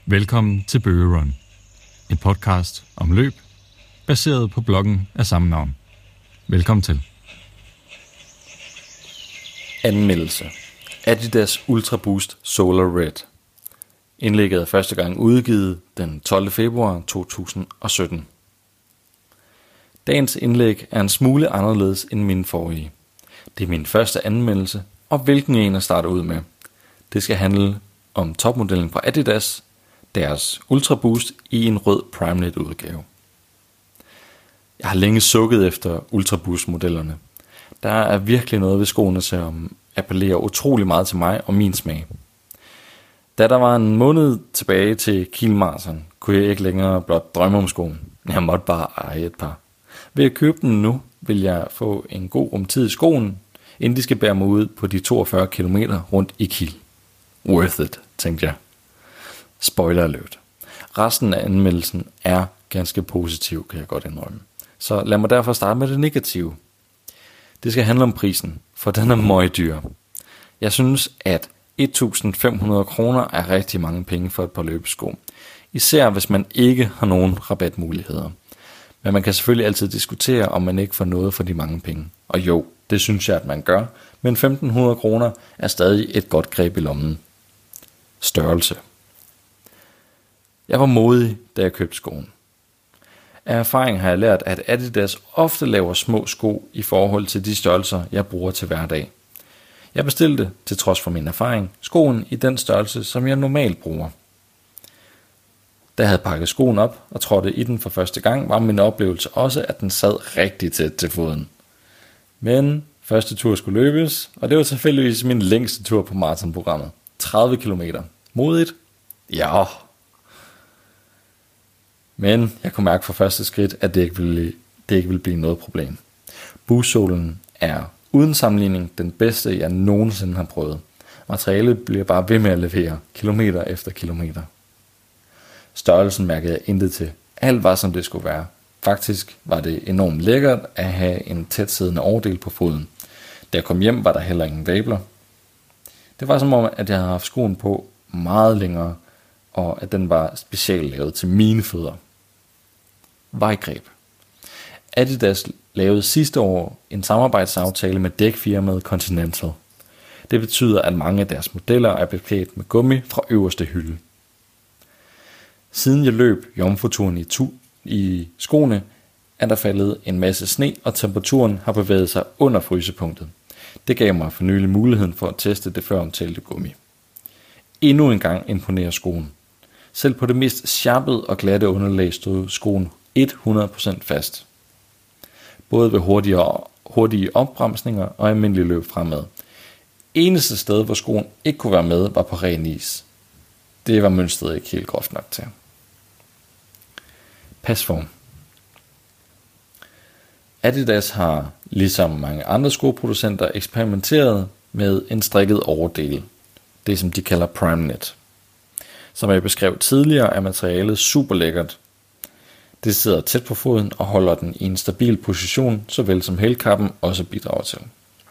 Velkommen til Bøge Run, en podcast om løb, baseret på bloggen af samme navn. Velkommen til. Anmeldelse. Adidas Ultra Boost Solar Red. Indlægget er første gang udgivet den 12. februar 2017. Dagens indlæg er en smule anderledes end min forrige. Det er min første anmeldelse, og hvilken en at starte ud med. Det skal handle om topmodellen fra Adidas, deres Ultra Boost i en rød PrimeKnit udgave. Jeg har længe sukket efter Ultra Boost modellerne. Der er virkelig noget ved skoene, som appellerer utrolig meget til mig og min smag. Da der var en måned tilbage til Kiel Marathon, kunne jeg ikke længere blot drømme om skoen. Jeg måtte bare eje et par. Ved at købe dem nu, vil jeg få en god rumtid i skoen, inden de skal bære mig ud på de 42 km rundt i Kiel. Worth it, tænkte jeg. Spoiler alert. Resten af anmeldelsen er ganske positiv, kan jeg godt indrømme. Så lad mig derfor starte med det negative. Det skal handle om prisen, for den er møgdyr. Jeg synes, at 1.500 kroner er rigtig mange penge for et par løbesko. Især hvis man ikke har nogen rabatmuligheder. Men man kan selvfølgelig altid diskutere, om man ikke får noget for de mange penge. Og jo, det synes jeg, at man gør. Men 1.500 kroner er stadig et godt greb i lommen. Størrelse. Jeg var modig, da jeg købte skoen. Af erfaring har jeg lært, at Adidas ofte laver små sko i forhold til de størrelser, jeg bruger til hverdag. Jeg bestilte, til trods for min erfaring, skoen i den størrelse, som jeg normalt bruger. Da jeg havde pakket skoen op og trådte i den for første gang, var min oplevelse også, at den sad rigtig tæt til foden. Men første tur skulle løbes, og det var tilfældigvis min længste tur på maratonprogrammet. 30 km. Modigt? Ja. Men jeg kunne mærke fra første skridt, at det ikke ville blive noget problem. Boostsolen er uden sammenligning den bedste, jeg nogensinde har prøvet. Materialet bliver bare ved med at levere, kilometer efter kilometer. Størrelsen mærkede jeg intet til. Alt var som det skulle være. Faktisk var det enormt lækkert at have en tæt siddende overdel på foden. Da jeg kom hjem, var der heller ingen vabler. Det var som om, at jeg havde haft skoen på meget længere, og at den var specielt lavet til mine fødder. Vejgreb. Adidas lavede sidste år en samarbejdsaftale med dækfirmaet Continental. Det betyder, at mange af deres modeller er beklædt med gummi fra øverste hylde. Siden jeg løb jomfruturen i skoene, er der faldet en masse sne, og temperaturen har bevæget sig under frysepunktet. Det gav mig for nylig muligheden for at teste det før omtalte gummi. Endnu en gang imponerer skoen. Selv på det mest sharpede og glatte underlag stod skoen 100% fast. Både ved hurtige opbremsninger og almindelige løb fremad. Eneste sted, hvor skoen ikke kunne være med, var på ren is. Det var mønstret ikke helt groft nok til. Pasform. Adidas har, ligesom mange andre skoproducenter, eksperimenteret med en strikket overdel. Det som de kalder PrimeKnit. Som jeg beskrev tidligere, er materialet super lækkert. Det sidder tæt på foden og holder den i en stabil position, såvel som hælkappen også bidrager til.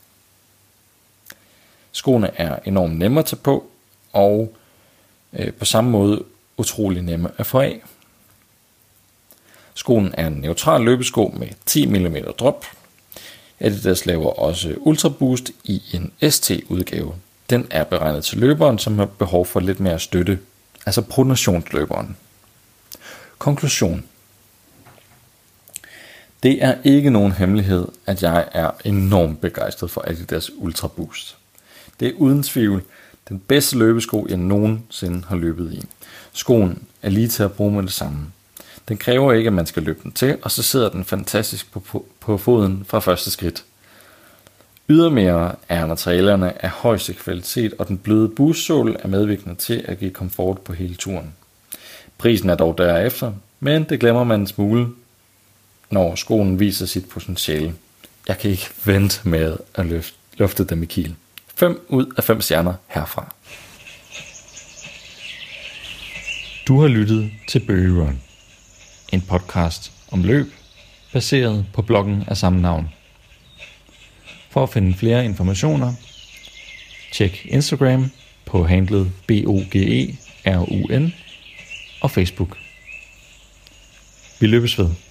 Skoene er enormt nemme at tage på, og på samme måde utrolig nemme at få af. Skoen er en neutral løbesko med 10 mm drop. Adidas laver også Ultra Boost i en ST-udgave. Den er beregnet til løberen, som har behov for lidt mere støtte, altså pronationsløberen. Konklusion. Det er ikke nogen hemmelighed, at jeg er enormt begejstret for Adidas Ultra Boost. Det er uden tvivl den bedste løbesko, jeg nogensinde har løbet i. Skoen er lige til at bruge med det samme. Den kræver ikke, at man skal løbe den til, og så sidder den fantastisk på foden fra første skridt. Ydermere er materialerne af højeste kvalitet, og den bløde boostsål er medvirkende til at give komfort på hele turen. Prisen er dog derefter, men det glemmer man en smule, når skoen viser sit potentiale. Jeg kan ikke vente med at lufte dem i Kiel. 5 ud af 5 stjerner herfra. Du har lyttet til Bøge Run, en podcast om løb, baseret på bloggen af samme navn. For at finde flere informationer, tjek Instagram på handlet BOGERUN og Facebook. Vi løbes ved.